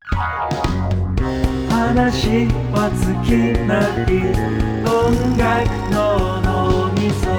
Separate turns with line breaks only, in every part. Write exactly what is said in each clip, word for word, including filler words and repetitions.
話は尽きない音楽の脳みそ。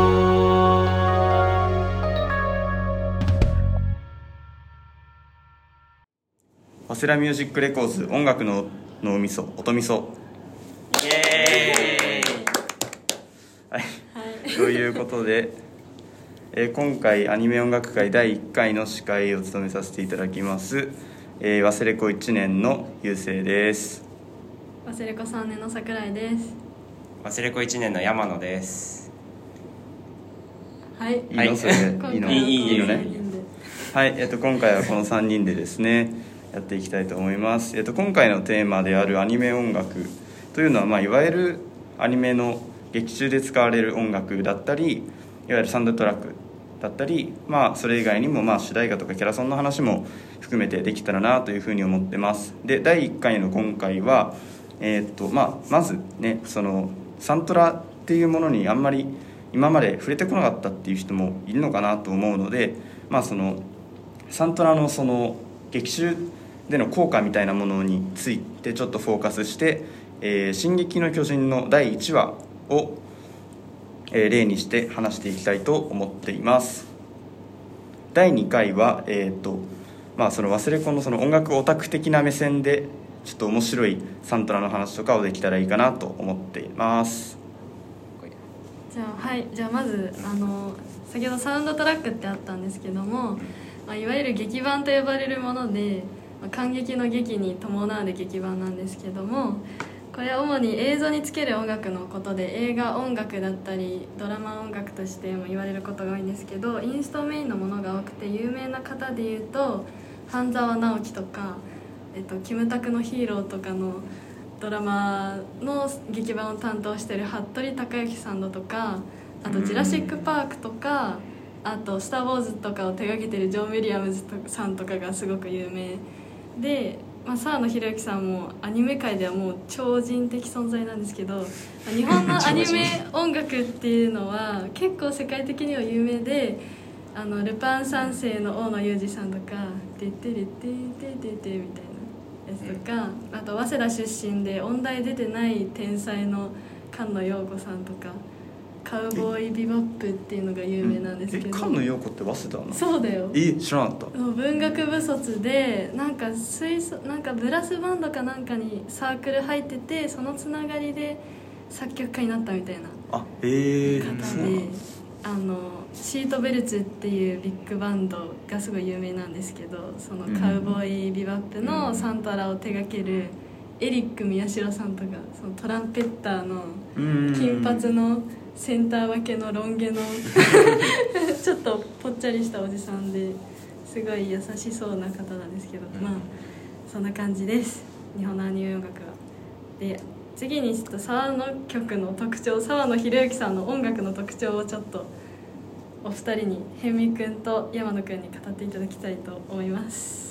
早稲田ミュージックレコーズ音楽の脳みそ音みそイエーイ、はいはい、ということで、えー、今回アニメ音楽会だいいっかいの司会を務めさせていただきます、えー、ワセレコいちねんのゆうせいです。
ワセレコさんねんの桜井です。
ワセレコいちねんの山野です。
はい、
いいの、はい、それでいいの、いい、いいのね。はい、えっと、今回はこのさんにんでですねやっていきたいと思います。えっと、今回のテーマであるアニメ音楽というのは、まあ、いわゆるアニメの劇中で使われる音楽だったり、いわゆるサウンドトラックだったり、まあ、それ以外にも、まあ、主題歌とかキャラソンの話も含めてできたらなというふうに思ってます。で、だいいっかいの今回は、えーっとまあ、まずね、そのサントラっていうものにあんまり今まで触れてこなかったっていう人もいるのかなと思うので、まあ、そのサントラのその劇中での効果みたいなものについてちょっとフォーカスして「えー、進撃の巨人」のだいいちわを、えー、例にして話していきたいと思っています。だいにかいは、えーとまあ、そのワセレコのその音楽オタク的な目線でちょっと面白いサントラの話とかをできたらいいかなと思っています。
じゃあ、はい、じゃあまずあの先ほどサウンドトラックってあったんですけども、まあ、いわゆる劇版と呼ばれるもので、まあ、感激の劇に伴うで劇版なんですけども、これは主に映像につける音楽のことで、映画音楽だったりドラマ音楽としても言われることが多いんですけど、インストメインのものが多くて、有名な方でいうと半沢直樹とか、えっと、キムタクのヒーローとかのドラマの劇版を担当している服部孝之さんだとか、あとジュラシック・パークとか、あとスター・ウォーズとかを手掛けているジョン・ウィリアムズさんとかがすごく有名で、まあ、沢野弘之さんもアニメ界ではもう超人的存在なんですけど、日本のアニメ音楽っていうのは結構世界的には有名で、あのルパン三世の大野裕二さんとか「てってれってててて」みたいなやつとか、あと早稲田出身で音大出てない天才の菅野陽子さんとか、カウボーイビバップっていうのが有名なんですけど。
え、菅野陽子って早稲田なの？
そうだよ。
え、知らなかった。
文学部卒で、なんか吹奏なんかブラスバンドかなんかにサークル入ってて、そのつながりで作曲家になったみたいな
あ、へえ、
方で、あのシートベルツっていうビッグバンドがすごい有名なんですけど、そのカウボーイビバップのサントラを手掛けるエリック宮代さんとか、そのトランペッターの金髪のセンター分けのロン毛のちょっとぽっちゃりしたおじさんですごい優しそうな方なんですけど、まあそんな感じです、日本のアニメ音楽は。で、次にちょっと沢野曲の特徴、沢野弘之さんの音楽の特徴をちょっとお二人に、辺見くんと山野くんに語っていただきたいと思います。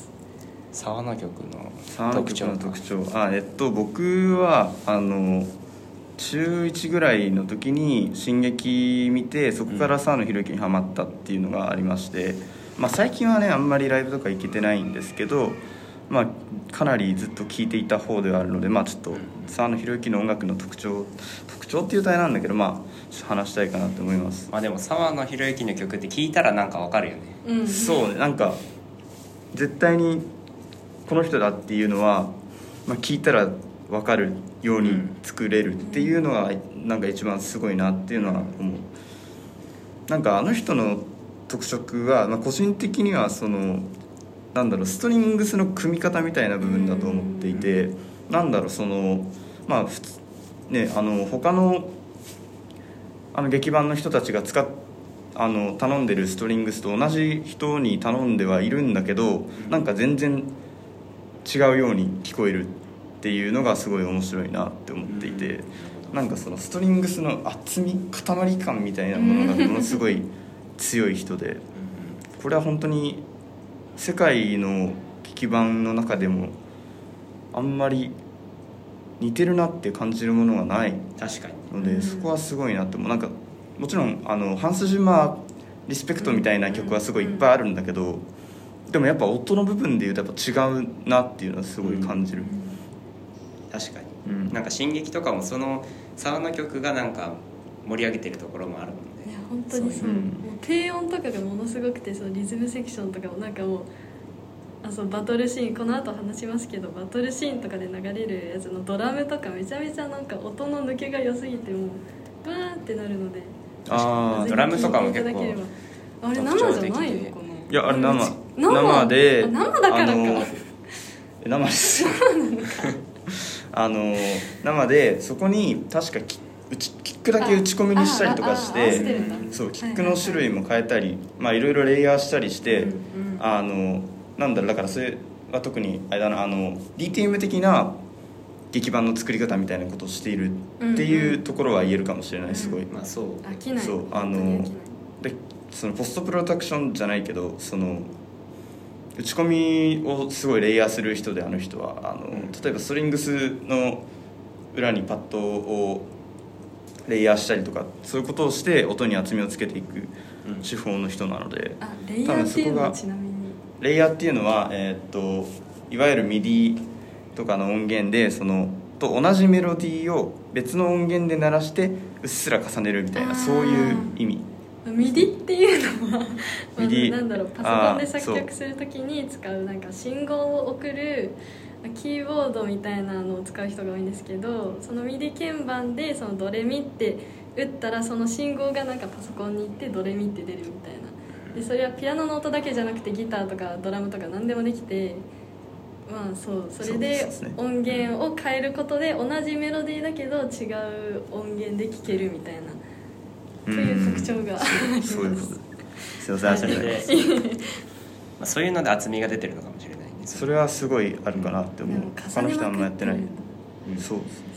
沢野曲の
沢野曲の特徴、あ、えっと僕はあの中いちぐらいの時に進撃見て、そこから沢野弘之にハマったっていうのがありまして、まあ、最近はねあんまりライブとか行けてないんですけど、まあ、かなりずっと聴いていた方ではあるので、まあ、ちょっと沢野弘之の音楽の特徴特徴っていうとあれなんだけど、まあ、話したいかなと思います。
まあ、でも沢野弘之の曲って聞いたらなんかわかるよね、
うん、
そうね、なんか絶対にこの人だっていうのは、まあ、聞いたら分かるように作れるっていうのがなんか一番すごいなっていうのは思う。なんかあの人の特色は、まあ、個人的にはそのなんだろう、ストリングスの組み方みたいな部分だと思っていて、なんだろう、そのまあ普通ね、あの他のあの劇版の人たちが使っあの頼んでるストリングスと同じ人に頼んではいるんだけど、なんか全然違うように聞こえるっていうのがすごい面白いなって思っていて、なんかそのストリングスの厚み、塊感みたいなものがものすごい強い人で、これは本当に世界の劇版の中でもあんまり似てるなって感じるものがないので、そこはすごいなって思う。なんかもちろんあのハンス・ジュマーリスペクトみたいな曲はすごいいっぱいあるんだけど、 でもやっぱ音の部分でいうとやっぱ違うなっていうのはすごい感じる、
確かに、
うん、
なんか進撃とかもその沢の曲がなんか盛り上げてるところもあるもんね。
いや本当にそう、
そういう、うん、
もう低音とかがものすごくて、そのリズムセクションとかもなんかもうあそうバトルシーン、この後話しますけど、バトルシーンとかで流れるやつのドラムとかめちゃめちゃなんか音の抜けが良すぎてもうバーンってなるので、
あ
ドラムとかも結構
あれ生じゃないのかな。
いやあれ生
生
生で、
生だからか、
あの生ですあの生でそこに確かキ打ちキックだけ打ち込みにしたりとかし
あああ合わせて
て、
るんだ。
そうキックの種類も変えたり、まあいろいろレイヤーしたりして、
うんうん、
あのなんだろう、だからそれは特にあれだな、あの ディーティーエム 的な劇版の作り方みたいなことをしているっていうところは言えるかもしれない、すごい、
まあそう
飽きない。
そうあの
本当に飽きない。
でそのポストプロダクションじゃないけど、その打ち込みをすごいレイヤーする人で、あの人はあの、うん、例えばストリングスの裏にパッドをレイヤーしたりとか、そういうことをして音に厚みをつけていく手法の人なので、
あレイヤーっていうのはちなみに
レイヤーっていうのは、えー、っといわゆる ミディ とかの音源でそのと同じメロディーを別の音源で鳴らしてうっすら重ねるみたいな、そういう意味。
ミディっていうのは
ミディ
なんだろう、パソコンで作曲するときに使うなんか信号を送るキーボードみたいなのを使う人が多いんですけど、そのミディ鍵盤でそのドレミって打ったらその信号がなんかパソコンに行ってドレミって出るみたいな。でそれはピアノの音だけじゃなくてギターとかドラムとか何でもできて、まあそうそれで音源を変えることで同じメロディーだけど違う音源で聴けるみたいな、という特徴があります。
そういうことすいません、ありがとうございます
まあそういうので厚みが出てるのかもしれないね。
それはすごいあるかなって思う、他の人はあんまやってない、うん、そうです
す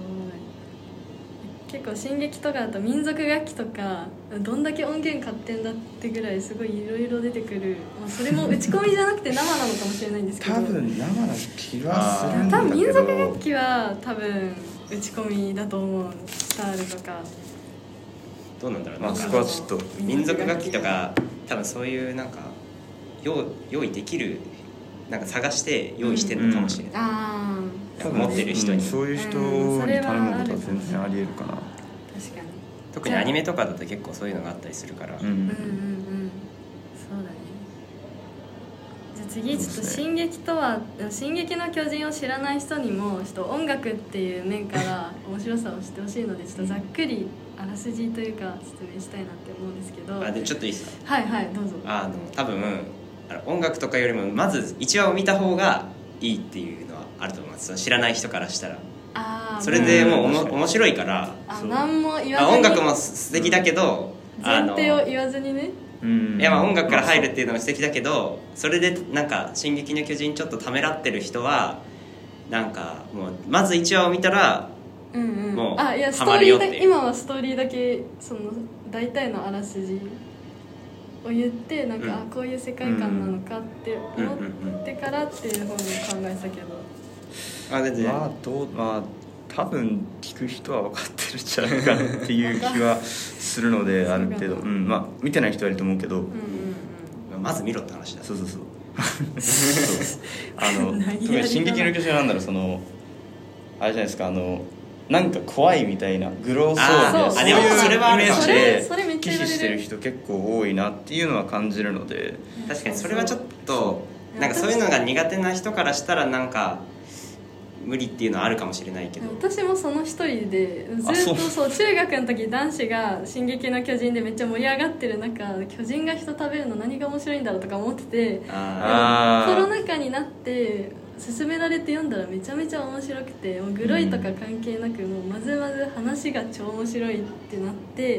ごい。結構進撃とかだと民族楽器とかどんだけ音源買ってんだってぐらいすごいいろいろ出てくる、まあ、それも打ち込みじゃなくて生なのかもしれないんですけど、
多分生な気はするんだけど、
多分民族楽器は多分打ち込みだと思う。スタールとか
どうなんだろう、
まあ、
なんか
そこはちょっと
民族楽器とか多分そういうなんか用用意できるなんか探して用意してるのかもしれない、うん、
あ
あ持ってる人に、
うん、そういう人に頼むことは全然ありえるかな。
確かに。
特にアニメとかだと結構そういうのがあったりするから、
うん、うんうんうん
そうだね。じゃあ次ちょっと進撃とは、進撃の巨人を知らない人にもちょっと音楽っていう面から面白さを知ってほしいので、ちょっとざっくりあらすじというか説明したいなって思うんですけど。
あでちょっといいですか。
はいはいどうぞ。
あの多分あの音楽とかよりもまずいちわを見た方がいいっていうのはあると思います。その知らない人からしたら。
あ
それでもうおも面白いから。
あ何も言わずに。
あ音楽も素敵だけど、
うん、前提を言わずにね。
うん、
いやまあ音楽から入るっていうのも素敵だけど、それでなんか「進撃の巨人」ちょっとためらってる人はなんかもうまずいちわを見たら、
うんうん、
もう
あいやス
ハ
トーリーだ
マるよっていう。
今はストーリーだけその大体のあらすじを言ってなんか、うん、あこういう世界観なのかって思ってからっていう方に考えたけど、
あ全然
まあどうまあ多分聞く人は分かってるんじゃないかなっていう気はするのである程度、うん、まあ見てない人はいると思うけど、うんうん
うん、まず見ろって話だ。
そうそうそうそうあの特に「進撃の巨人」はなんだろう、そのあれじゃないですか、あのなんか怖いみたいなグローソーみたいな、そういうイメージで忌避してる人結構多いなっていうのは感じるので、
確かにそれはちょっとなんかそういうのが苦手な人からしたらなんか無理っていうのはあるかもしれないけど、
私もその一人でずっとそう中学の時男子が「進撃の巨人」でめっちゃ盛り上がってる中、巨人が人食べるの何が面白いんだろうとか思ってて、あコロナ禍になって勧められて読んだらめちゃめちゃ面白くて、もうグロいとか関係なくもうまずまず話が超面白いってなって、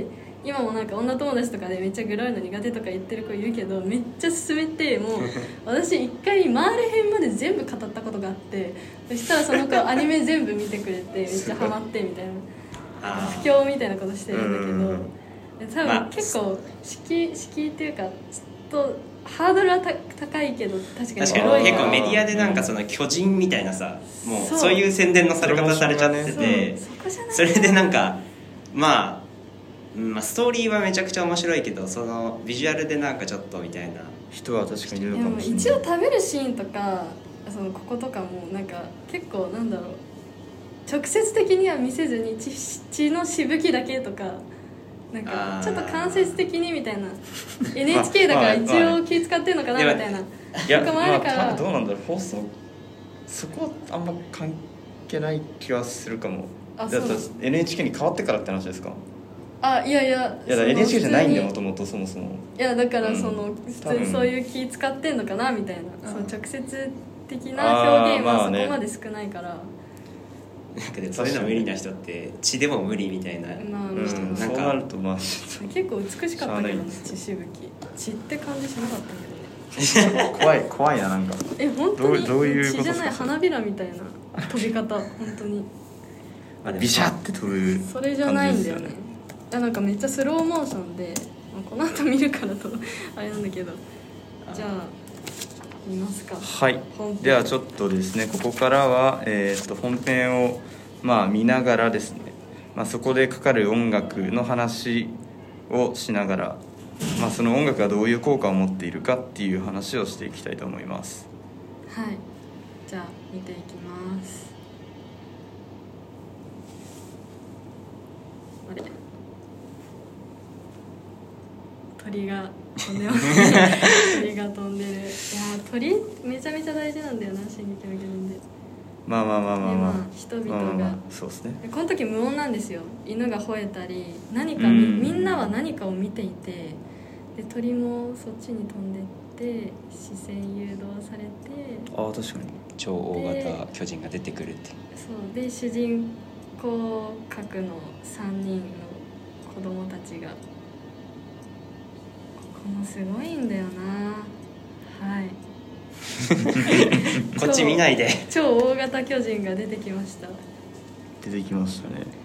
今もなんか女友達とかでめっちゃグロいの苦手とか言ってる子いるけど、めっちゃ勧めて、もう私一回回れ編まで全部語ったことがあって、そしたらその子アニメ全部見てくれてめっちゃハマってみたいな不況みたいなことしてるんだけど、多分結構敷居敷居っていうかちょっとハードルは高いけど確かに
確かに結構メディアでなんかその巨人みたいなさ、もうそういう宣伝のされ方されちゃってて、それでなんかまあまあ、ストーリーはめちゃくちゃ面白いけど、そのビジュアルでなんかちょっとみたいな
人は確かにいるの
でも
かもしれない。
一応食べるシーンとかそのこことかもなんか結構なんだろう直接的には見せずに 血, 血のしぶきだけとかなんかちょっと間接的にみたいな エヌエイチケー だから一応気使ってんのかなみたいな、
いや
とかもあるから、
まあ、どうなんだろう放送そこはあんま関係ない気はするかも。
あ
だって
そう
エヌエイチケー に変わってからって話ですか？
あいやいや
いやだから
その
エヌエイチケー じゃないんだよ
普通に
もともとそもそも。
いやだからその、
うん
普通
多分
にそういう気使ってんのかなみたいな、
うん
その直接的な表現はそ
あーまあね
こまで少ないから、
なんかでもそういうの無理な人って血でも無理みたいな、
まあ
うん、
人も
そう
なんか
なるとまあ
結構美しかったけど
しゃあない
ね血しぶき血って感じしなかったけどね
怖い怖いななんか。
え本当に
どうどういうこと
血じゃない花びらみたいな飛び方本当に
まあでも
ビシャって飛ぶ
それじゃないんだよね
感じですよね。
いやなんかめっちゃスローモーションで、まあ、この後見るからとあれなんだけどじゃあ見ますか。
はい
本編
ではちょっとですねここからは、えー、と本編をまあ見ながらですね、まあ、そこでかかる音楽の話をしながら、まあ、その音楽がどういう効果を持っているかっていう話をしていきたいと思います。
はいじゃあ見ていきます。あれ鳥が飛んでますね鳥が飛んでる。いやー鳥めちゃめちゃ大事なんだよな進撃の巨人で。
まあまあまあまあまあ、
でまあ人々が
まあまあまあそうですね。
でこの時無音なんですよ。犬が吠えたり何かみ、
うん
みんなは何かを見ていてで鳥もそっちに飛んでって視線誘導されて
ああ確かに
超大型巨人が出てくるって。
そうで主人公格のさんにんの子供たちがここもすごいんだよな。はい
こっち見ないで。
超大型巨人が出てきました。
出てきましたね。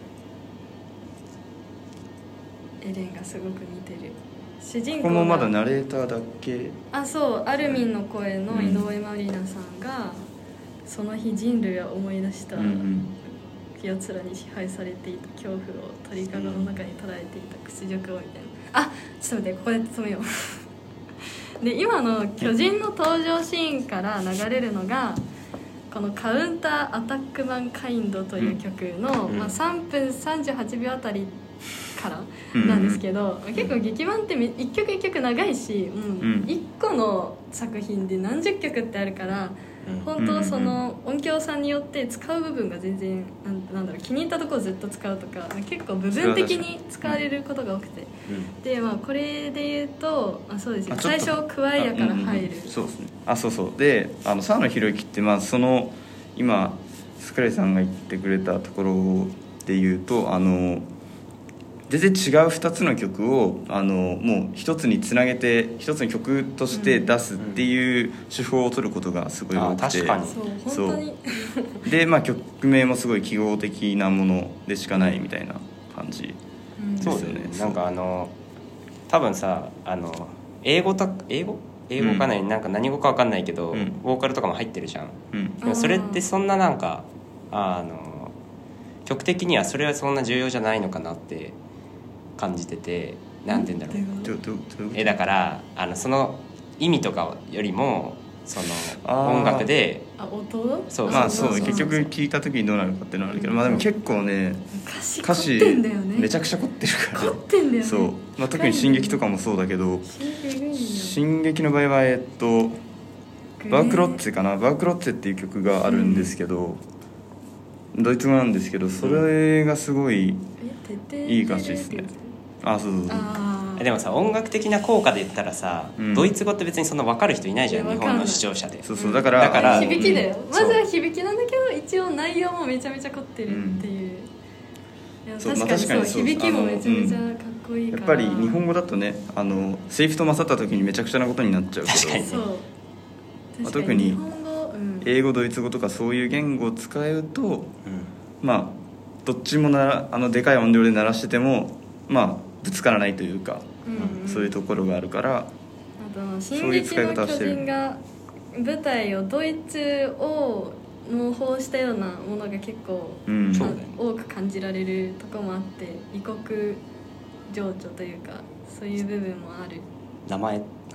エレンがすごく似てる。主人公が
ここもまだナレーターだけ。
あそうアルミンの声の井上まりなさんが、その日人類は思い出した、
うんうん
やつらに支配されていた恐怖を鳥かごの中に捉えていた屈辱をみたいな。あちょっと待ってここで止めようで今の巨人の登場シーンから流れるのがこのカウンターアタックマンカインドという曲の、
うん
まあ、さんぷんさんじゅうはちびょうあたりからなんですけど、結構劇版っていっきょくいっきょく長いし、うん
うん
いっこの作品で何十曲ってあるから本当その音響さんによって使う部分が全然なんなんだろう気に入ったところをずっと使うとか結構部分的に使われることが多くて、でまあこれで言うとあそうですね
あちょっと
最初クワイアから入る、
うんうんそうですね。あそうそうであの沢野弘之ってまあその今スクライさんが言ってくれたところで言うとあの全然違うふたつの曲をあのもう一つにつなげて一つの曲として出すっていう手法を取ることがすごい多くて、
あ確かに
そう本当に
で、まあ、曲名もすごい記号的なものでしかないみたいな感じ
うん
そうだよね。なんかあの多分さあの英語と英語英語かな、なんか何語か分かんないけど、
うん
ボーカルとかも入ってるじゃん。
うん
でもそれってそんななんかあの曲的にはそれはそんな重要じゃないのかなって感じてて、なんて言うんだろう。
どどどういうこと
えだからあのその意味とかよりもその
あー
音楽で
あ音
そう
まあそう結局聞いた時にどうなるかっていうのはあるけど、まあでも結構ね
歌詞
歌詞
凝ってんだよね
めちゃくちゃ凝ってるから
凝ってんだよね
そう、まあ、特に「進撃」とかもそうだけど
進撃いいんだよ
「進撃」の場合はえっとバークロッツェかなバークロッツェっていう曲があるんですけど、ドイツ語なんですけどそれがすごい
えてて
いい歌詞ですね。あそうそうそう
あー
でもさ音楽的な効果で言ったらさ、
うん
ドイツ語って別にそんな分かる人いないじゃん
いや分かんない
日本の視聴者で。
そうそうだから
だから
響きだよ、
うん
まずは響きなんだけど一応内容もめちゃめちゃ凝ってるっていう、いや
そう
確かにそう、
まあ確かにそう
響きもめちゃめちゃかっこいいから、
やっぱり日本語だとねあのセリフと勝った時にめちゃくちゃなことになっちゃうけど
確かに
そう
まあ
確かに日
特に
本語、うん、
英語ドイツ語とかそういう言語を使うと
うん
まあどっちもならあのでかい音量で鳴らしててもまあぶつからないというか、
うんうん
そういうところがあるから
あと「進
そういう
撃の巨
使い方をしてる
人」が舞台をドイツを模倣したようなものが結構、
うん
そうだよね
多く感じられるところもあって異国情緒というかそういう部分もある
名前名前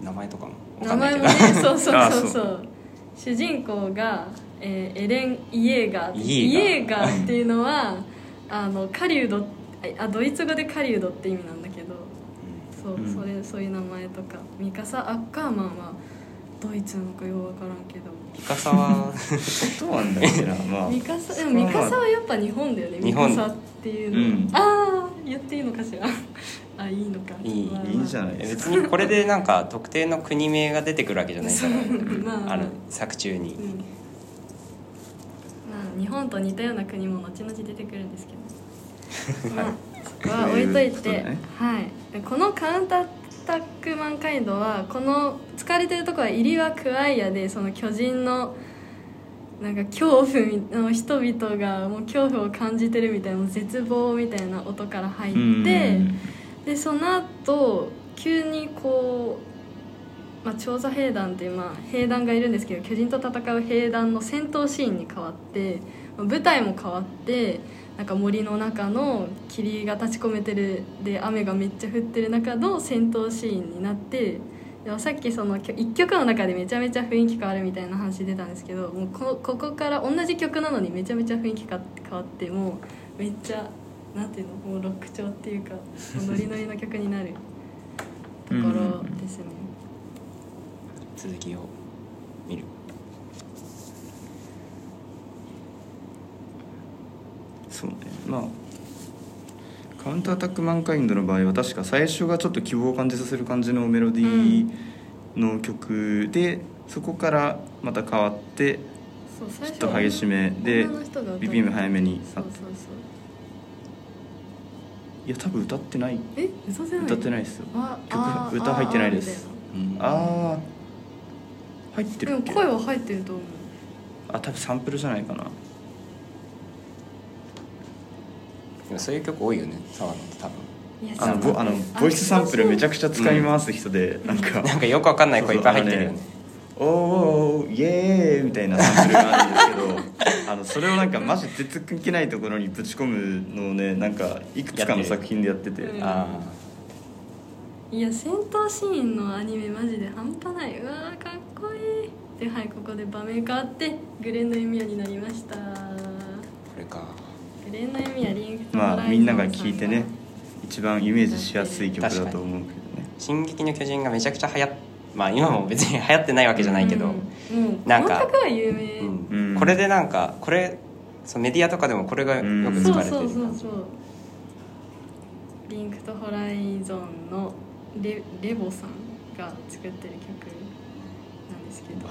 名前とかも分
名
かんない
前
けど
もねそうそう
あ
そうそ
そう
主人公が、えーエレン・イエーガー
イエーガー
イエーガーっていうのはあの狩人あドイツ語で狩人って意味なんだけどそう、
うん
それそういう名前とかミカサ・アッカーマンはドイツなのかよう分からんけど
ミカサは
どうなんだっけなまあ
ミカサでもミカサはやっぱ日本だよね
日本
ミカサっていうの、
うん
ああ言っていいのかしらあいいのか
いい
まあまあ
いいんじゃない
え
ですか
別にこれでなんか特定の国名が出てくるわけじゃないから
まあ
あの作中に
うんまあ、日本と似たような国も後々出てくるんですけど、まあ、そこは置いとい
そういうこと
て、
ね
はい、このカウンターアタックマンカインドはこの使われてるところはイリワ・クワイアでその巨人のなんか恐怖の人々がもう恐怖を感じてるみたいな絶望みたいな音から入って
うん
でその後急にこう、まあ、調査兵団っていう、まあ、兵団がいるんですけど巨人と戦う兵団の戦闘シーンに変わって舞台も変わってなんか森の中の霧が立ち込めてるで雨がめっちゃ降ってる中の戦闘シーンになってでもさっきそのいっきょくの中でめちゃめちゃ雰囲気変わるみたいな話出たんですけどもう こ, ここから同じ曲なのにめちゃめちゃ雰囲気が変わってもうめっちゃなんていうのもうロック調っていうかノリノリの曲になるところですね。
続きを見る
そうねまあカウンターアタックマンカインドの場合は確か最初がちょっと希望を感じさせる感じのメロディーの曲で、そこからまた変わって
そう最初
ちょっと激しめで
女の人が歌う
ビーピーエム 早めに
そうそうそう
いや多分歌ってない
え歌ってない
歌ってないですよ
ああ
曲歌入ってないです
うん
ああ入って
でも
るっけ
声は入ってると思う
あ多分サンプルじゃないかな
でもそういう曲多いよね沢野って多分
いや
あの
そう
ボあのボイスサンプルめちゃくちゃ使い回す人で、
ん
なんか
なんかよくわかんない声いっぱい入ってるよね
おーおーイエーイみたいなサンプルがあるんですけどあのそれをなんかマジ絶関係ないところにぶち込むのをねなんかいくつかの作品でやってて
うん
あ
いや戦闘シーンのアニメマジで半端ないうわーかっこいいではいここで場面変わってグレンの弓矢になりました
あこれか
グレンの弓矢リンクと
まあみんなが聞いてね一番イメージしやすい曲だと思うけどね
進撃の巨人がめちゃくちゃ流行っまあ今も別に流行ってないわけじゃないけど、
うん、もう
なんか
この曲は有名、
うん
うん
これでなんかこれそうメディアとかでもこれがよく使
そう
われてる
そうそうそうリンクとホライゾンの レ, レボさんが作ってる曲なんですけど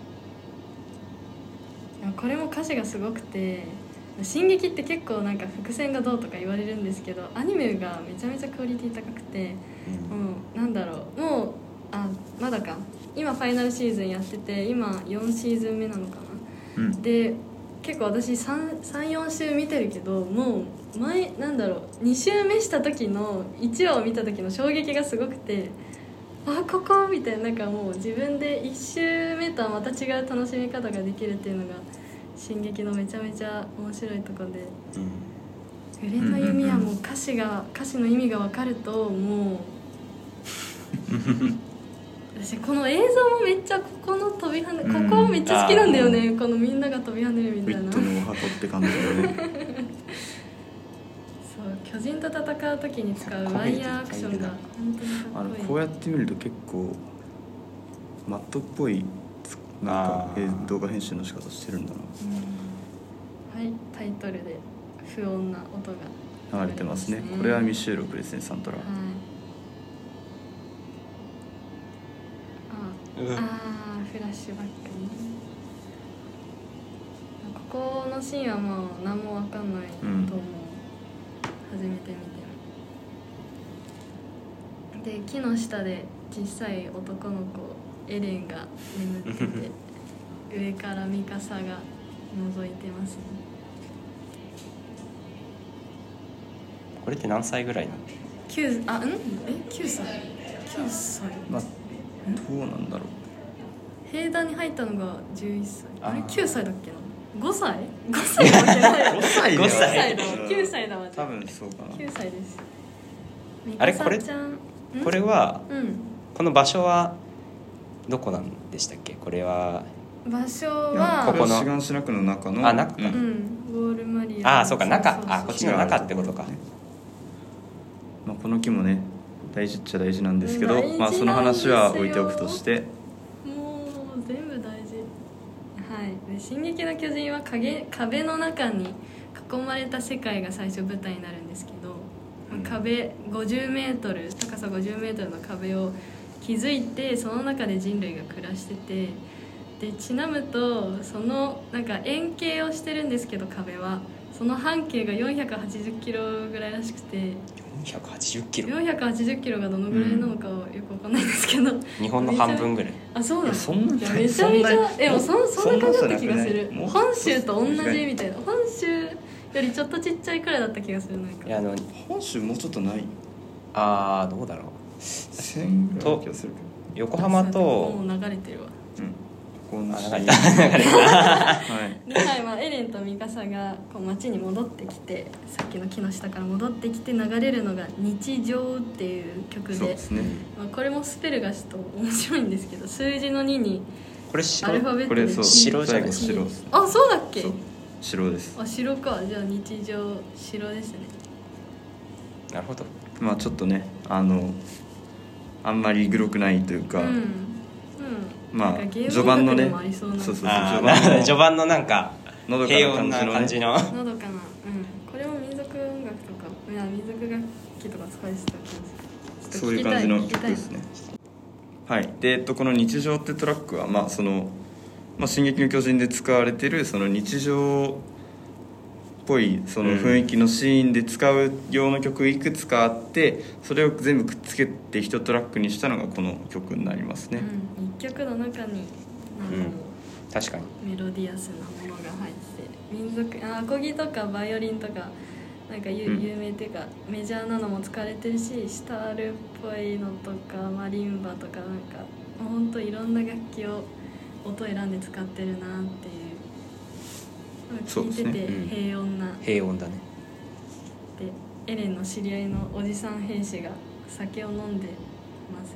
いやこれも歌詞がすごくて進撃って結構なんか伏線がどうとか言われるんですけどアニメがめちゃめちゃクオリティ高くてもうなんだろうもうあまだか今ファイナルシーズンやってて今よんシーズン目なのかな
うん
で結構私さんよん週見てるけどもう前なんだろうに週目した時のいちわを見た時の衝撃がすごくてあここみたいななんかもう自分でいち週目とはまた違う楽しみ方ができるっていうのが進撃のめちゃめちゃ面白いところで「グレンの弓」はもう歌詞が歌詞の意味が分かるともう私この映像もめっちゃここの飛び跳ね、
うん
ここめっちゃ好きなんだよねこのみんなが飛び跳ねるみ
ウィッ
たいな
トのお箱って感じだね
そう巨人と戦う時に使うワイヤーアクションが本当にか
あの
っこいい
こうやって見ると結構マットっぽいつなんか
あー
え動画編集の仕方してるんだ
うんはいタイトルで不穏な音が
な流れてますねこれはミシェル・プレゼンサントラ
はいあ
うん
あーフラッシュバックねここのシーンはもう何も分かんないと思う、
うん
初めて見てもで木の下で小さい男の子エレンが眠ってて上からミカサが覗いてますね
これって何歳ぐらいなの
きゅうあんえきゅうさいきゅうさい
まあどうなんだろ
兵団に入ったのがじゅういっさいあれ
あー
きゅうさいだっけなごさい ?ご 歳だわけない
うごさい
ご歳
ごさいだわきゅうさいだわ
多分そうかな
きゅうさいです
あれこれ
ミカサちゃんん
これは
うん
この場所はどこなんでしたっけこれは。
場所
いや
は
これは志願市中の中の
あ中か
うん
うんウォールマリア。
ああそうか中
そうそう
あこっちの中ってことか。
まあ、この木もね大事っちゃ大事なんですけど、
大事なんですよ
まあ、その話は置いておくとして、
もう全部大事。はいで進撃の巨人は影壁の中に囲まれた世界が最初舞台になるんですけど、
うん
壁ごじゅうメートル高さごじゅうメートルの壁を築いてその中で人類が暮らしてて、でちなむとそのなんか円形をしてるんですけど壁はその半径がよんひゃくはちじゅっキロぐらいらしくて、
よんひゃくはちじゅっキロ
よんひゃくはちじゅっキロがどのぐらいなのかはよくわかんないんですけど、
日本の半分ぐらい。
あそうなの
そんない
やめちゃめちゃ
そんな
でもそそんな感じだった気がする
そんなもう
本州と同じみたいな本州よりちょっとちっちゃいくらいだった気がするなんか
いやあの
本州もうちょっとない
あーどうだろう
せんぐらいの気がするけ
横浜と
もう流れてるわ
ど、うん、こんな
あ流れた流れた
はい
で、はいまあ、エレンとミカサがこう街に戻ってきてさっきの木の下から戻ってきて流れるのが「日常」っていう曲で
そうですね
まあ、これもスペルがちょっと面白いんですけど数字のにに
これ
アルファベットで
これそう
白じゃない
最後白です
あそうだっけ
そう白です。
あ白かじゃあ日常白ですね
なるほど。
まあちょっとねあのあんまりグロくないというか、
うんうん
まあ
なんかゲーム
序盤のね
音楽でもありそうな
そうそうそう
あー
序盤の
序盤のなんか
のどか
平穏
な感じのね
な感じの
のどかなうんこれも民族音楽とかいや民族楽器とか使いてた気がする
そういう感じの
聞きたい
曲ですね。はいで、えっと、この「日常」ってトラックは、まあそのまあ、進撃の巨人で使われてるその日常っぽいその雰囲気のシーンで使う用の曲いくつかあってそれを全部くっつけて一トラックにしたのがこの曲になりますね。
うん、一曲の中になんかもう
確かに
メロディアスなものが入ってて民族あアコギとかバイオリンとかなんか有,、
うん
有名っていうかメジャーなのも使われてるしシタールっぽいのとかマリンバとかなんかもうほんといろんな楽器を音選んで使ってるなっていう聞いてて
そうです
ね
平穏な、
平穏だね。
でエレンの知り合いのおじさん兵士が酒を飲んでます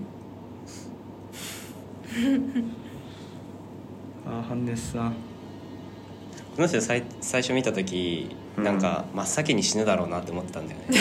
ね
ああハンネスさん
この人最最初見た時
うん
なんか真っ先に死ぬだろうなって思ってたんだよね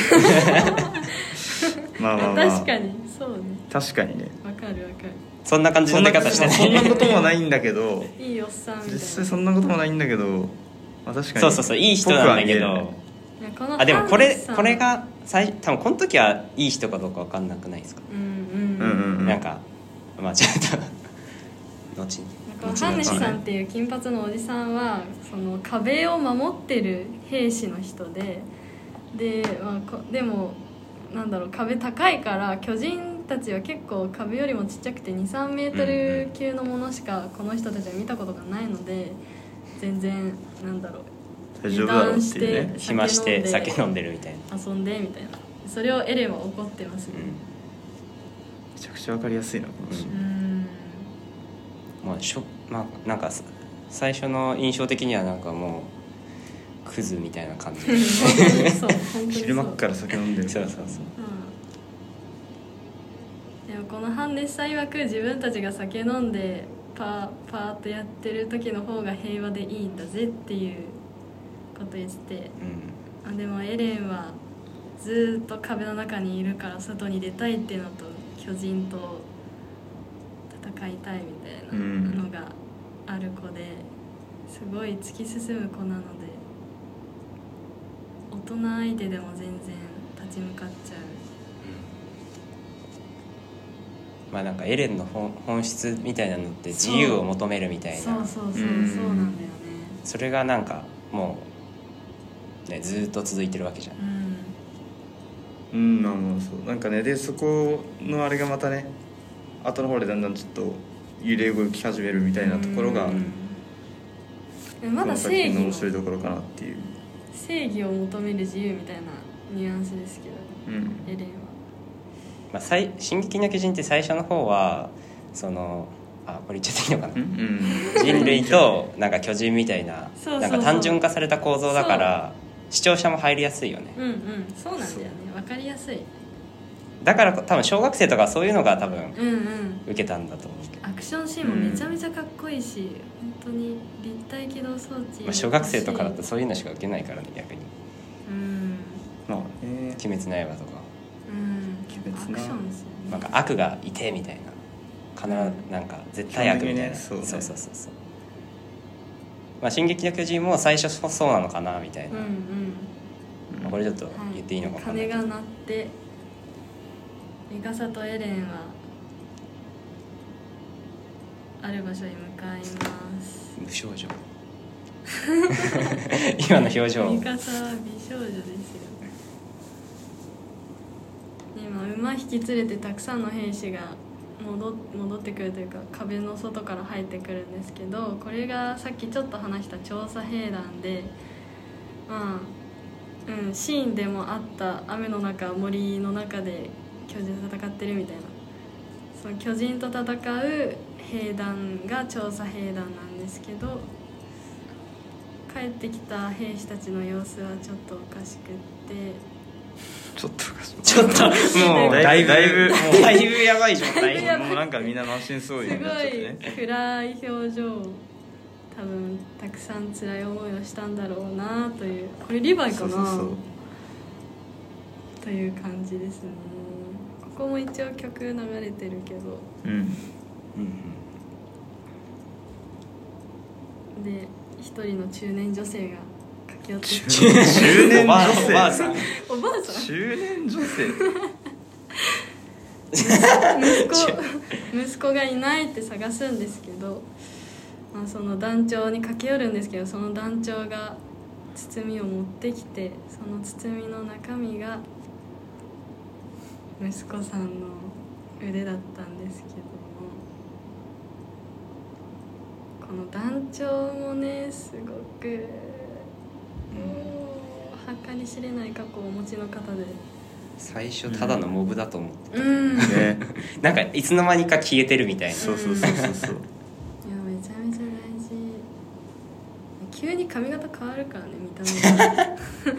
まあまあまあ
確かにそうね
確かにね
わかるわかる
そんな感じの出方して
そんな
ね
こともないんだけど
いいおっさんみたいな
実際そんなこともないんだけど、まあ、確かに
そうそうそういい人なんだけど、
僕は見えるね
いやこの
あでもこれ
ハンネさん
これが最多分この時はいい人かどうか分かんなくないですか、
うんうん
うんうんうん
なんかまあちょっと後に
このハンネスさんっていう金髪のおじさんはその壁を守ってる兵士の人でで、まあ、こでもなんだろう壁高いから巨人たちは結構壁よりもちっちゃくてにさんメートル級のものしかこの人たちは見たことがないので全然なんだろう
大丈夫だろうっていうね
油断
暇して
酒
酒飲んでるみたいな、
遊んでみたいなそれをエレンは怒ってますね
めちゃくちゃわかりやすいなこのシーン、
うん
まあしょまあなんかさ最初の印象的にはなんかもうクズみたいな感じ
本当にそう本当にそう
昼間っから酒飲んでる
そうそうそう
うんでもこのハンネスさん曰く自分たちが酒飲んでパーパーっとやってる時の方が平和でいいんだぜっていうこと言ってて
うん
あでもエレンはずっと壁の中にいるから外に出たいっていうのと巨人と戦いたいみたいなのがある子ですごい突き進む子なので大人相手でも全然立ち向かっちゃう
まあなんかエレンの本本質みたいなのって自由を求めるみたいな
そうそうそうそう
うん
そうなんだよね
それがなんかもう、ね、ずーっと続いてるわけじゃん
うん
うんまあまあそうなんかねでそこのあれがまたね後の方でだんだんちょっと揺れ動き始めるみたいなところが
うんでもまだ
この作
正義の
品の面白いところかなっていう、
正義を求める自由みたいなニュアンスですけど
うん、
エレンは
まあ、最進撃の巨人って最初の方はそのあこれ言っちゃっていいのかな
うんうん
人類となんか巨人みたいな
そうそうそう
なんか単純化された構造だから視聴者も入りやすいよね
うんうんそうなんだよねわかりやすい
だから多分小学生とかそういうのが多分
うんうん
受けたんだと思うけど、
アクションシーンもめちゃめちゃかっこいいし、本当に立体起動装置、
まあ、小学生とかだとそういうのしか受けないからね逆に。
うん
まあね
鬼滅の刃とか
うん
鬼滅な
アクションですよね。
なんか悪がいてみたいな必ずなんか絶対悪みたいな、
基本的にねそうね
そうそうそうそう、まあ、進撃の巨人も最初そうなのかなみたいな、
うんうん
まあ、これちょっと言っていいのか分かんないけど、
鐘が鳴ってミカサとエレンはある場所に向かいます
無少女今の表情
ミカサは美少女ですよ。今馬引き連れてたくさんの兵士が戻戻ってくるというか壁の外から入ってくるんですけど、これがさっきちょっと話した調査兵団で、まあうん、シーンでもあった雨の中森の中で巨人と戦ってるみたいな、その巨人と戦う兵団が調査兵団なんですけど、帰ってきた兵士たちの様子はちょっとおかしくって、
ちょっと
ちょっともうだいぶ
だいぶ
もうだいぶやばい状態
やばい
もうなんかみんな満身創痍になっちゃってね。
すごい暗い表情、多分たくさん辛い思いをしたんだろうなという、これリヴァイかな、
そうそうそう
という感じですね。ここも一応曲流れてるけど、
うん
で一人の中年女性が駆け寄ってきて、
中年
おばあ
女性
おばあさん
おばあさん
中年女性
息子息子がいないって探すんですけど、まあ、その団長に駆け寄るんですけど、その団長が包みを持ってきて、その包みの中身が息子さんの腕だったんですけども、この団長もねすごく計り知れない過去をお持ちの方で、
最初ただのモブだと思って
うんいや
ね
なんかいつの間にか消えてるみたいな。
そうそうそうそうそう
めちゃめちゃ大事。急に髪型変わるからね、見た目が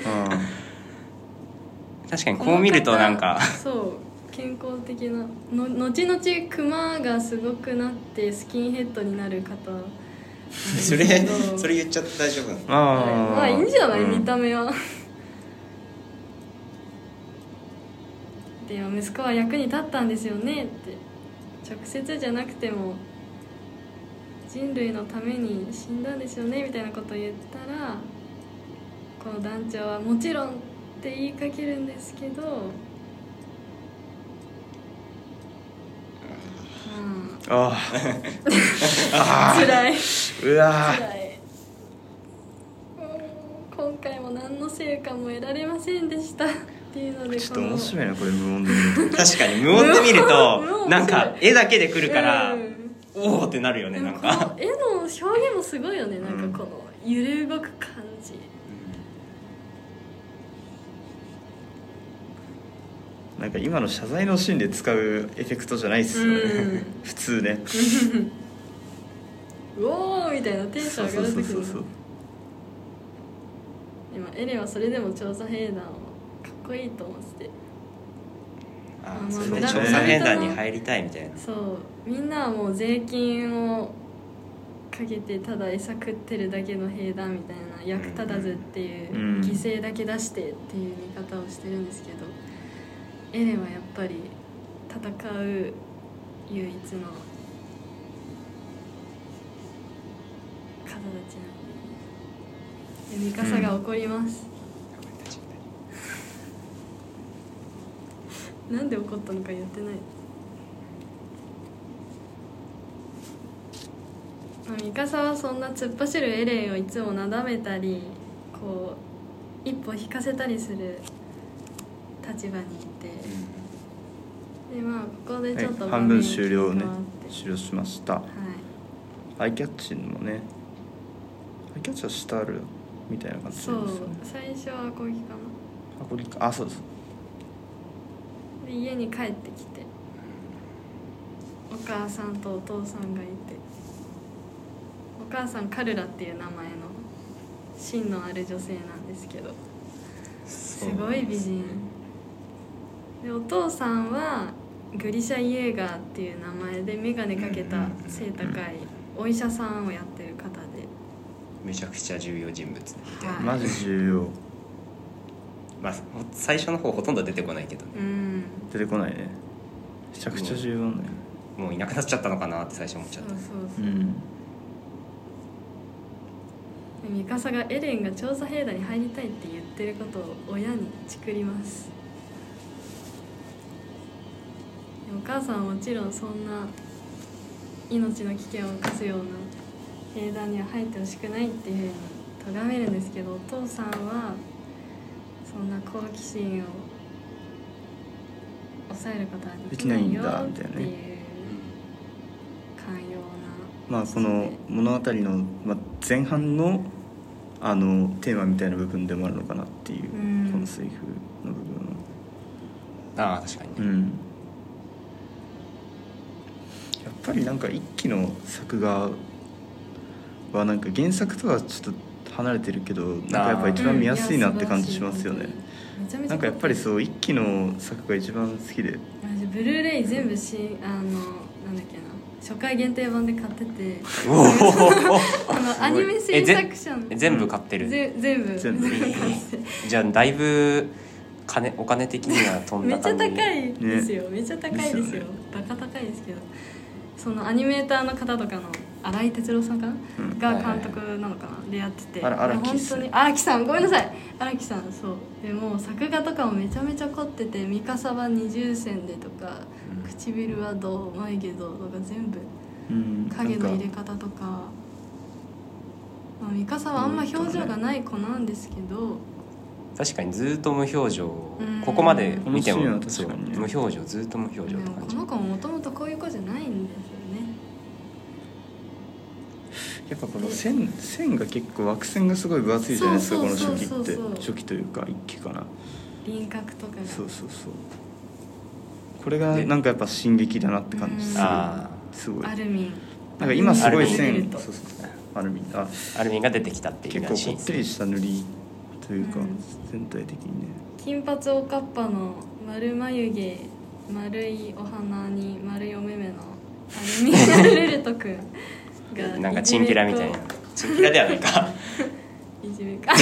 確かにこう見るとなんか
そう健康的なの、後々クマがすごくなってスキンヘッドになる方なんです
それ
けど
それ言っちゃって大丈夫なの？
あー
まあいいんじゃない、
うん
見た目はでも息子は役に立ったんですよねって直接じゃなくても人類のために死んだんですよねみたいなことを言ったら、この団長はもちろんって言いかけるんですけど、
あ
辛い
ーうわ
辛い。うん今回も何の成果も得られませんでしたっていうので、
ーちょっと面白いなこれ無音で見ると
確かに無音で見る
無
と
音
なんか絵だけで来るから
うん
おおってなるよね。
でもこ
なんか
の絵の表現もすごいよね、なんかこの揺れ動く感じ、
なんか今の謝罪のシーンで使うエフェクトじゃないっすよね、
うん
普通ね
うおーみたいなテンション上がる時に
そうそうそうそう
今エレンはそれでも調査兵団をかっこいいと思ってて、
あ
まあ
それで
村
調査兵団に入りたいみたいな。
そうみんなはもう税金をかけてただ餌食ってるだけの兵団みたいな、役立たずっていう
うん
犠牲だけ出してっていう見方をしてるんですけど、エレンはやっぱり戦う唯一の方たちなんで、でミカサが怒ります、なんで怒ったのか言ってない。まあミカサはそんな突っ走るエレンをいつもなだめたり、こう一歩引かせたりする立場にいて、でまあここでちょっと
はい半分
場面
終了ね
変わって
終了しました。
はい
アイキャッチもねアイキャッチはしてあるみたいな感じです
そう
よね。
最初は攻撃かな。
あこれかあそうです。
で家に帰ってきてお母さんとお父さんがいて、お母さんカルラっていう名前の芯のある女性なんですけど、すごい美人でお父さんはグリシャ・イエーガーっていう名前で眼鏡かけた背高いお医者さんをやってる方で、
めちゃくちゃ重要人物ね、
はい、
マジ重要。
まあ最初の方ほとんど出てこないけどね、
うん、
出てこないね。めちゃくちゃ重要なんだよ。
もういなくなっちゃったのかなって最初思っちゃった。
そうそうそう、
うん
ミカサがエレンが調査兵団に入りたいって言ってることを親にチクります。お母さんはもちろんそんな命の危険を冒すような兵団には入ってほしくないっていうふうに咎めるんですけど、お父さんはそんな好奇心を抑えることはできないよっていう寛容な、
まあこの物語の、まあ、前半のあのテーマみたいな部分でもあるのかなっていう、
うん
このセリフの部分は。
ああ確かにね、
うん、やっぱりなんか一期の作画はなんか原作とはちょっと離れてるけど、なんかやっぱ一番見やすいなって感じしますよね。
めちゃめちゃ
なんかやっぱりそう一期の作が一番好きで、
マジブルーレイ全部しあのなんだっけな初回限定版で買ってて
お
あのアニメ制作者の
え全部買ってる。
ぜ全部
全部
買ってて
じゃあだいぶ金お金的には飛ん
めっちゃ
だ感じ。
高いですよ、めっちゃ高いですよ
ですよね
バカ高いですけど、そのアニメーターの方とかの新井哲郎さんかな、
うん
が監督なのかなでやってて、
あら荒木
本
さん
当に荒木さんごめんなさい荒木さんそうでも作画とかもめちゃめちゃ凝ってて、ミカサは二重線でとか、
うん
唇はどう眉毛どうとか全部
うん、
影の入れ
なんか
方とか、まあ、ミカサはあんま表情がない子なんですけど、
確かにずっと無表情、
うん
ここまで見て
このシーンは
もそう
確かにね
無表情ずっと無表情
でも
って感じ。
この子ももともとこういう子じゃないんですよね。
やっぱこの線線が結構枠線がすごい分厚いじゃないですか、この
そう
初期って
そうそうそう
初期というか一期かな。
輪郭とかが
そうそうそう、これがなんかやっぱ進撃だなって感じする、
あ
すごい
アルミン
なんか今すごい
アルミン
線
見ると
そうそうアルミンあ
アルミンが出てきたっていう
結構こ
シーン
ってりした塗りというか、
うん
全体的にね
金髪おかっぱの丸眉毛丸いお鼻に丸いお目目のアルミン・ルルト君が
なんかチンピラみたいな。チンピラではないか
いじめか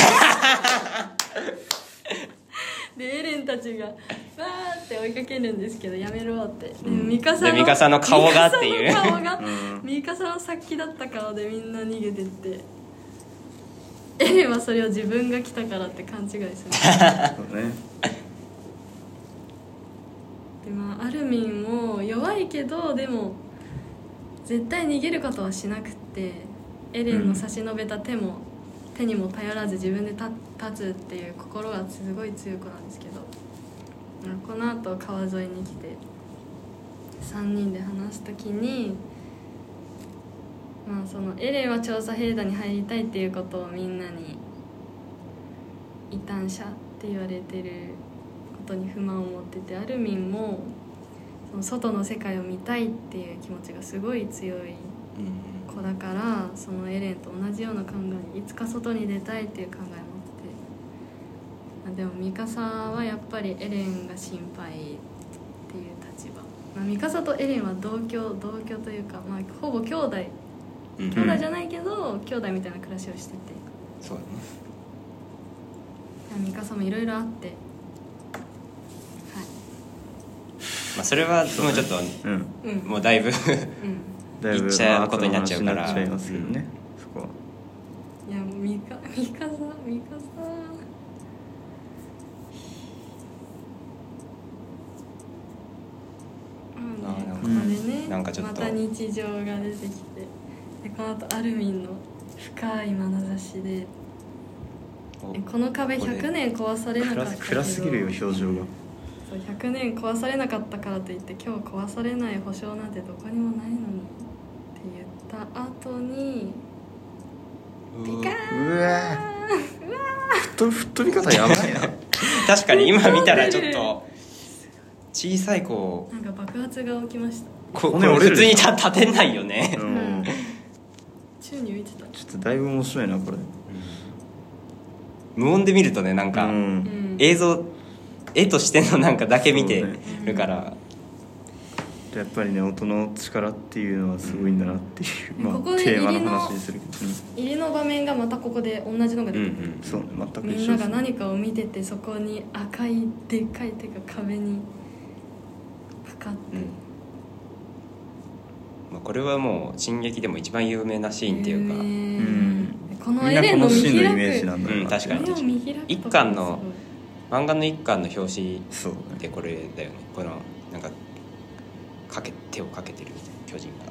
でエレンたちがわーって追いかけるんですけどやめろってで
うん
ミカサの
でミカサの顔がっていう
ミカサの顔が
うん
ミカサの殺気だった顔でみんな逃げてってエレンはそれを自分が来たからって勘違いする
そうね
で、まあ、アルミンも弱いけどでも絶対逃げることはしなくってエレンの差し伸べた手も、手にも頼らず自分で立立つっていう心がすごい強い子なんですけど、このあと川沿いに来てさんにんで話す時に、まあ、そのエレンは調査兵団に入りたいっていうことをみんなに異端者って言われてることに不満を持ってて、アルミンもその外の世界を見たいっていう気持ちがすごい強い子だから、そのエレンと同じような考え、いつか外に出たいっていう考えを持ってて、でもミカサはやっぱりエレンが心配っていう立場、まあ、ミカサとエレンは同居同居というか、まあ、ほぼ兄弟
うん
兄弟じゃないけど、兄弟みたいな暮らしをしてて、
そうだね。
ミカサもいろいろあって、はい、
まあそれはもうちょっと
うん
うん
もうだいぶ
うん
だいぶ
言っちゃうことになっちゃうから
後の話になっちゃいますけどね、そこはい
やもうミカミカサミカサまあね
あーなんか
これね
なんかちょっと
また日常が出てきて、でこの後アルミンの深い眼差しで、
お
えこの壁ひゃくねん壊されなかったけど、
暗すぎるよ表情が。
そうひゃくねん壊されなかったからといって今日壊されない保証なんてどこにもないのにって言った後にピカーン
うわふっと吹っ飛び方やばいな
確かに今見たらちょっと小さい子
なんか爆発が起きました。
こ
骨折れる
普通に立立てないよね、
う
うんん宙に浮いてた。
ちょっとだいぶ面白いなこれ。
無音で見るとねなんか、
うん
うん
映像絵としてのなんかだけ見てるから、
やっぱりね音の力っていうのはすごいんだなっていう、
うん、
まあ
ここで
テーマの話にするけど、
入りの場面がまたここで同じのが出てくる、
うんうん、
そうね全く
みん
一緒です、ね、
なが何かを見ててそこに赤いでっかい手が壁にかかって、
うんまあ、これはもう進撃でも一番有名なシーンっていうか、
有名
うん
この
みんなこ
エレンの見
のシーンのイメー
開く
ジなんだろうな、
うん確かに
目を見開く
一
ところ
巻の漫画の一巻の表紙
そう
でこれだよね、このなんかかけ手をかけてるみたいな巨人が。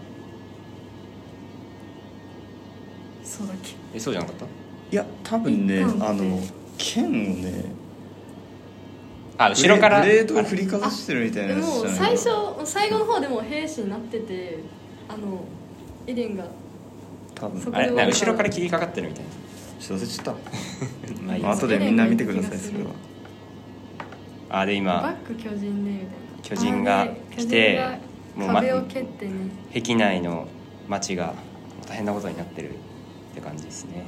そうだっけ。
えそうじゃなかった？
いや多分ね
一巻って
あの剣をね
あ後ろから
ブレードを振りかざしてるみたいな
で
やつじゃない
も最初最後の方でも兵士になってて、あのエレンが
多分
そこ
あれなんか後ろから切りかかってるみたいな。
ちょっと忘れちゃっ
まあいい
た後でみんな見てくださいそれは。
あで
バッ
今
ク巨人でみたいな
巨人が
あで
来て
巨人
もう、ま、
が壁を蹴ってね、
壁内の街が大変なことになってるって感じですね。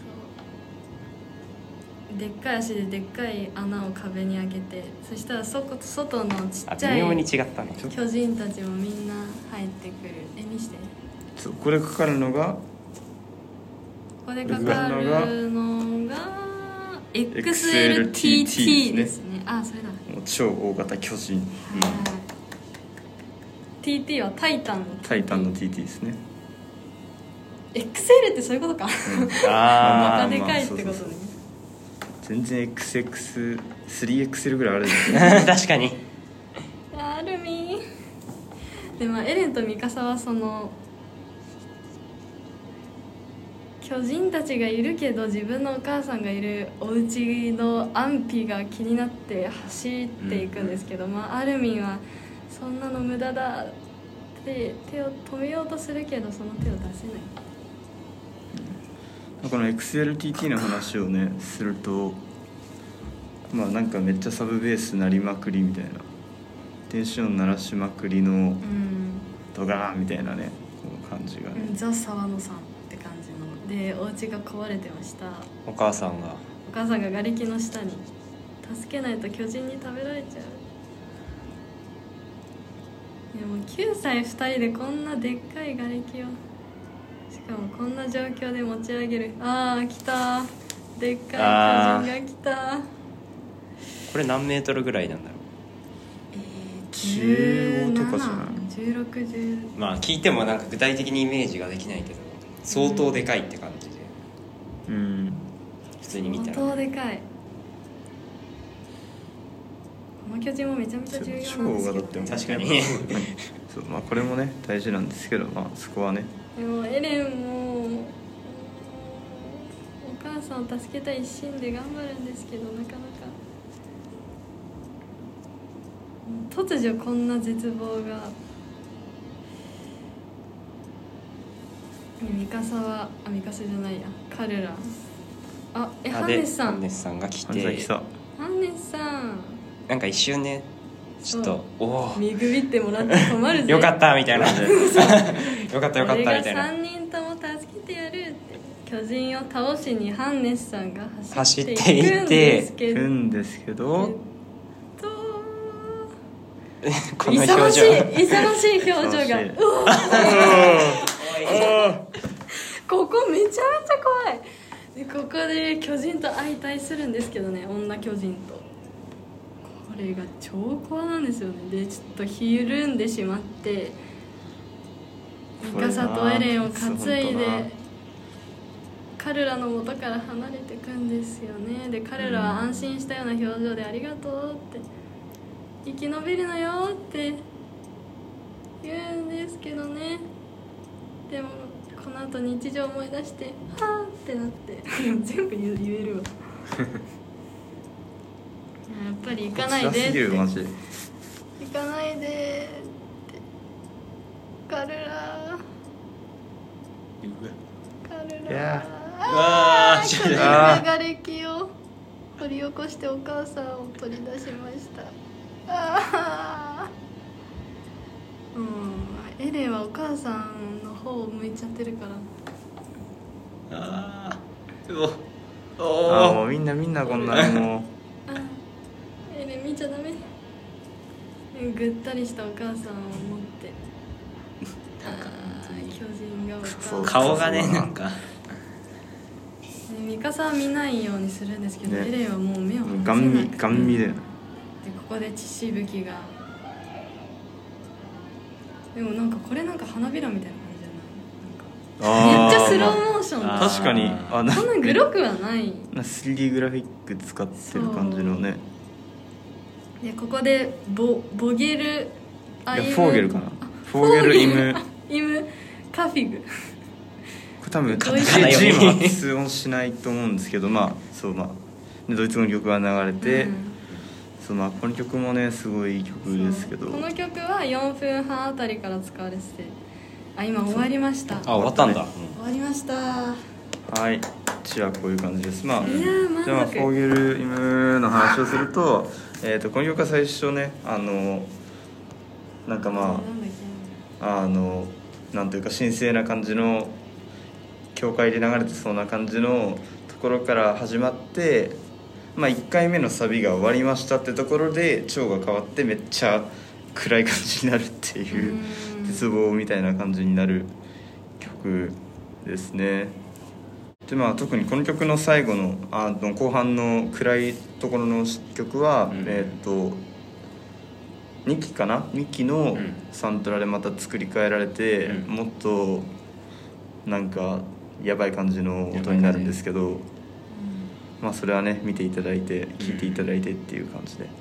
そうでっかい足ででっかい穴を壁に開けて、そしたらそこ外のち
あ
っちゃ
微妙に
い
違ったね。
巨人たちもみんな入ってくる。え見して、
そうこれかかるのが
ここでかかるのが エックスエルティーティー ですね。あそれだ、
もう超大型巨人、
はい ティーティー はタイタンの ティーティー
タイタンの ティーティー ですね。
エックスエル ってそういうことか、
あ
バカでかいってことね。
全然 エックスエックス、スリーエックスエル ぐらいあるんですよ
あ確かに。
アルミーでまあエレンとミカサはその巨人たちがいるけど自分のお母さんがいるお家の安否が気になって走っていくんですけど、まあ、アルミンはそんなの無駄だって手を止めようとするけどその手を出せない。
この エックスエルティーティー の話をねすると、まあなんかめっちゃサブベース鳴りまくりみたいな、電子音鳴らしまくりの
うん
ドガーンみたいなねこの感じがね、
うん、ザ・沢野さんって感じので、お家が壊れてました。
お母さんが
お母さんが瓦礫の下に、助けないと巨人に食べられちゃう。でもきゅうさいふたりでこんなでっかい瓦礫を、しかもこんな状況で持ち上げる。あー来た、でっかい巨人が来た。
これ何メートルぐらいなんだろ
えー、
じゅうごとかじゃない
じゅうろく、じゅう
う。まあ聞いてもなんか具体的にイメージができないけど相当でかいって感じで、
うん
普通に見たら
相当でかい。この巨人もめちゃめちゃ重要なんですけど、ね、
超大型っても
確かに
そうまあこれもね大事なんですけど、まあそこはね
でもエレンもうんお母さんを助けたい一心で頑張るんですけど、なかなか突如こんな絶望が。ミカサはあミカサじゃないやカルラ、あえハンネスさん
ハンネスさんが来て
花咲さ
ハンネスさん
なんか一瞬ねちょっとおお
見くびってもらって困るぜ
よかったみたいなよかったよかったみたい
俺が
な
さんにんとも助けてやるって巨人を倒しにハンネスさんが走っていくんですけど、
くんですけど
と
この
勇まし
表情
い勇ましい表情が
勇ましいう
わここめちゃめちゃ怖い。でここで巨人と相対するんですけどね、女巨人と。これが超怖なんですよね。でちょっとひるんでしまってミカサとエレンを担いで彼らの元から離れていくんですよね。で彼らは安心したような表情でありがとうって生き延びるのよって言うんですけどね。でもこの後日常思い出してはーってなって全部言えるわやっぱり行かないでって
辛すぎるマジで
行かないでってカルラカルラ
いや
あー巨人
あー
が瓦礫を掘り起こしてお母さんを取り出しました。あーうんエレンはお母さんの方を向いちゃってるから
あーうお
あー
お
もうみんなみんなこんなのも
あエレン見ちゃダぐったりしたお母さんを持ってあー巨人がお母さん
顔がねなんか
ミカサは見ないようにするんですけど、
ね
エレンはもう目を離せ
ガン見
なくて
ガン見だよね。
でここで血しぶきがでもなんかこれなんか花びらみたいな感じじゃない？なんかめっちゃスローモーション
あ
で
確かにあな
そんなグロくはない
な スリーディー グラフィック使ってる感じのね。
でここでボボゲルアイム
いやフォーゲルかな。フォーゲルイム
イムカフィグ
これ多分
ドイツ
G も発音しないと思うんですけど、まあそうまあでドイツ語の曲が流れて、
うん
そうまあこの曲もねすごいいい曲ですけど、
この曲はよんぷんはんあたりから使われててあ今終わりました
あ終わったんだ、
終わりました
はいちはこういう感じです。まあ
いやー満足
じゃあまあフォーゲルイムの話をすると、えー、とこの曲は最初ねあのなんかま
なんだっ
ああのなんというか神聖な感じの教会で流れてそうな感じのところから始まって、まあ、いっかいめのサビが終わりましたってところで調が変わってめっちゃ暗い感じになるっていう
うん
絶望みたいな感じになる曲ですね。でまあ特にこの曲の最後のあの後半の暗いところの曲は、
うん
えーっとにきかなにきの
うん
サントラでまた作り変えられて、
うん
もっとなんかやばい感じの音になるんですけど、まあそれはね見ていただいて聴いていただいてっていう感じで、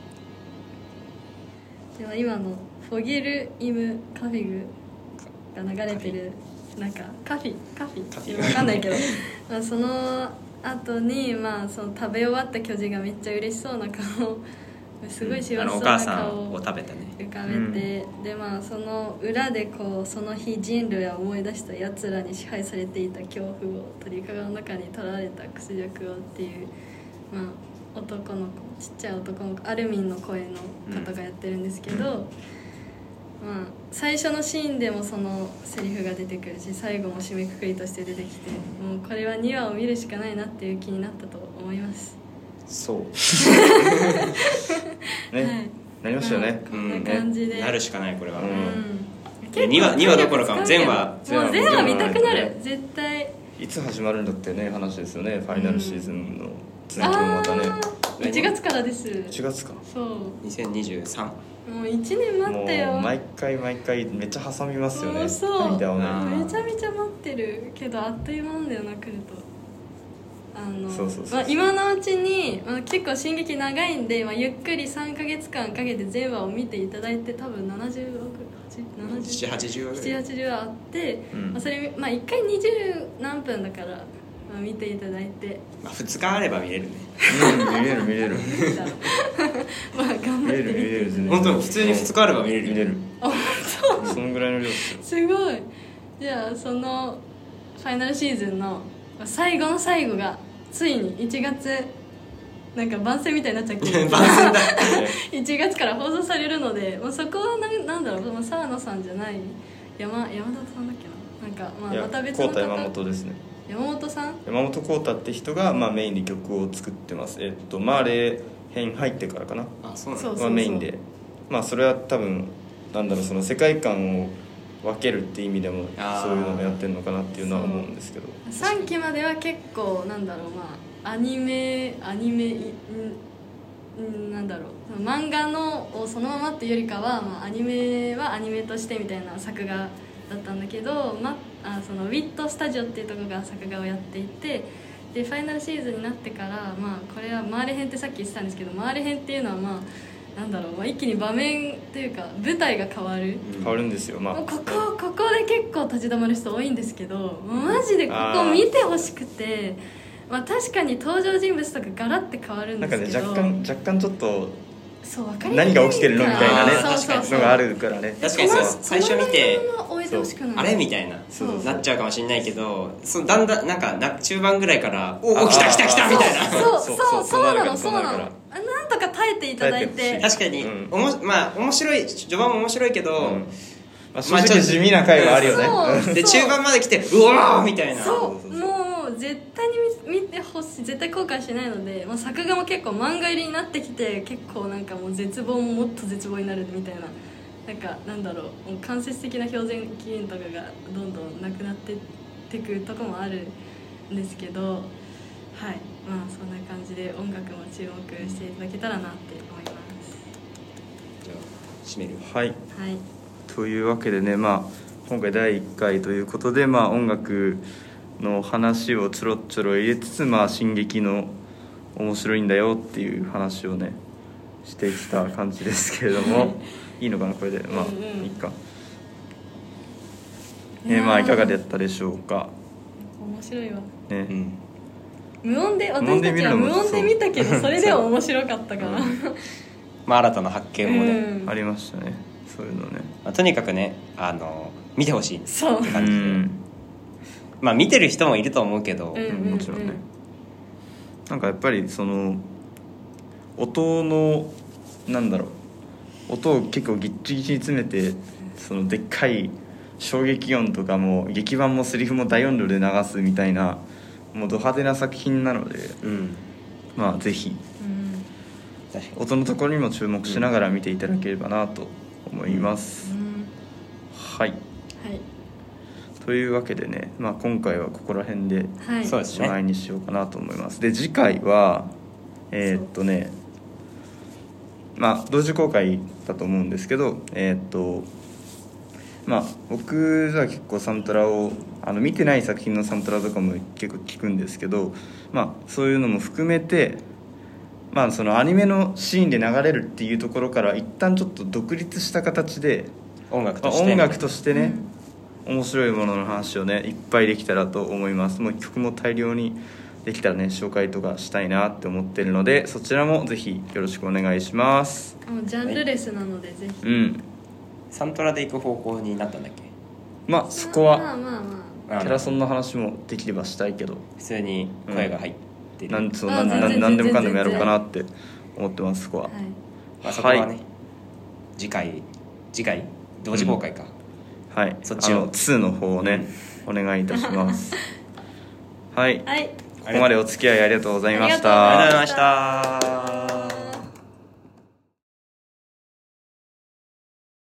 では今のフォゲルイムカフィグが流れてるなんかカフィカフィ
カフィ
わかんないけどまあその後にまあその食べ終わった巨人がめっちゃ嬉しそうな顔すごい幸せ
あの
そうな
お母さん
顔を
を食べたね
浮かべて、でまあその裏でこうその日人類は思い出したやつらに支配されていた恐怖を鳥かごの中に取られた屈辱をっていう、まあ、男の子ちっちゃい男の子アルミンの声の方がやってるんですけど、まあ、最初のシーンでもそのセリフが出てくるし最後も締めくくりとして出てきてもうこれはにわを見るしかないなっていう気になったと思います。
そうね、
はい
なりましたよね、
まあこんな感じで、
なるしかないこれは、
うん
うん
にわにわどころか全話
もう全話見たくなる
全話ね
絶対
いつ始まるんだってね話ですよね。ファイナルシーズンの続きもまたね、
あーいちがつからです
いちがつか。
そう
にせんにじゅうさん
もういちねん待ったよ
もう毎回毎回めっちゃ挟みますよね、
そうそう
間をね。
あー
めちゃめちゃ待ってるけどあっという間なんだよな来るとあの
そうそうそう
まあ、今のうちに、まあ、結構進撃長いんで、まあ、ゆっくりさんかげつかんかけて全話を見ていただいて多分ななじゅうろく、
ななじゅうはちじゅう話ぐらい
ななじゅう、はちじゅう話あって、
うん
まあ、それ、まあ、いっかいにじゅう何分だから、まあ、見ていただいて
まあふつかあれば見れるね
うん見れる見れる
まあ頑張ってみ
見れる見れる
て
全然
本当普通にふつかあれば見れる
見れる
あ本当
そのぐらいの量ですよ。
すごいじゃあそのファイナルシーズンの最後の最後がついにいちがつなんか番宣みたいになっちゃうけど
番宣だ
いちがつから放送されるので、まあ、そこはなんなんだろう、まあ、沢野さんじゃない山山田さんだっけななんか、まあ、
いや
また別の方
コウタ山本ですね。
山本さん
山本コウタって人が、まあ、メインで曲を作ってます。えっとマーレー編入ってからかな
あそうなんだ
そうそう
はメインで、まあそれは多分なんだろうその世界観を分けるって意味でも
あー
そういうのをやってるのかなっていうのは思うんですけど、
さんきまでは結構なんだろうまあアニメアニメいんんなんだろう漫画のをそのままっていうよりかは、まあ、アニメはアニメとしてみたいな作画だったんだけど、ま、あそのウィットスタジオっていうところが作画をやっていてでファイナルシーズンになってから、まあ、これはマーレ編ってさっき言ってたんですけどマーレ編っていうのはまあなんだろう、まあ、一気に場面というか舞台が変わる、
変わるんですよ。まあ
もうここここで結構立ち止まる人多いんですけどもうマジでここ見てほしくて、まあ、確かに登場人物とかガラッて変わるん
なんかね
ですけど
若干若干ちょっと
そう分かりにくい
何が起きてるのみたいなね
そうそうそう
のがあるからね。
確かにそう
その
最初見て
そのまま終えてほしくない
あれみたいな
そうそう
なっちゃうかもしれないけどそうだんだんなんかな中盤ぐらいからおお来た来た来たみたいな
そう
そう
そうそうなの
そ
そううなの
なるから
あなんとか耐えていただいて
耐え
確かに、
うん
おもまあ面白い序盤も面白いけど、
うんまあ、
ま
正
あちょっと
直地味な回はあるよね。
そう
で中盤まで来てうわーみたいな
そうもうう絶対に見見てほしい、絶対後悔しないので、まあ、作画も結構漫画入りになってきて、結構なんかもう絶望ももっと絶望になるみたいな、なんかなんだろう、もう間接的な表現起源とかがどんどんなくなってってくとこもあるんですけど、はい、まあそんな感じで音楽も注目していただけたらなって思います。
じゃあ締める。
はい、
はい、
というわけでね、まあ、今回だいいっかいということで、まあ、音楽の話をちょろちょろ入れつつ、まあ、進撃の面白いんだよっていう話をねしてきた感じですけれどもいいのかなこれで、まあ、
うんうん、
いいか、えーまあ、いかがだったでしょうか。
面白いわ、
ね、
うん、
無音で、
無音で
私たちは無音で見たけどそれでも面白かったから、
まあ、新たな発見もね、
うん、
ありましたね、そういうのね、
まあ、とにかくね、あの見てほしいって
そう
感じで、
うん
まあ見てる人もいると思うけど、
うんうんうん、
もちろんね、なんかやっぱりその音のなんだろう、音を結構ギッチギチに詰めて、そのでっかい衝撃音とかも劇版もセリフも大音量で流すみたいな、もうド派手な作品なので、
うん、
まあぜひ
うん
確かに
音のところにも注目しながら見ていただければなと思います、
うん、
はい、
はい
というわけでね、まあ、今回はここら辺で
はい、
そうです
しまいにしようかなと思います。で次回はえーっとねまあ同時公開だと思うんですけど、えーっとまあ僕は結構サントラをあの見てない作品のサントラとかも結構聞くんですけど、まあそういうのも含めて、まあそのアニメのシーンで流れるっていうところから一旦ちょっと独立した形で、
音楽として、
まあ音楽としてね、面白いものの話をねいっぱいできたらと思います。もう曲も大量にできたらね紹介とかしたいなって思ってるので、そちらもぜひよろしくお願いします。
もうジャンルレスなので、ぜひ、
うん
サントラで行く方向になったんだっけ。
まあそこ
まあ
は
まあまあ、
あの
キャラソンの話もできればしたいけど、
普通に声が入ってる、
なんそう
あ
なん
全然
なんなんでもかんでもやろう
全然
かなって思ってます。そこは、
はい、
まあ、そこはね、
はい
次回次回同時公開か、
はい、
そっちを
あのツーの方をね、お願いいたしますはい、
はい、
ここまでお付き合いありがとうございまし
ありがとうござい
た
ありがとうございました。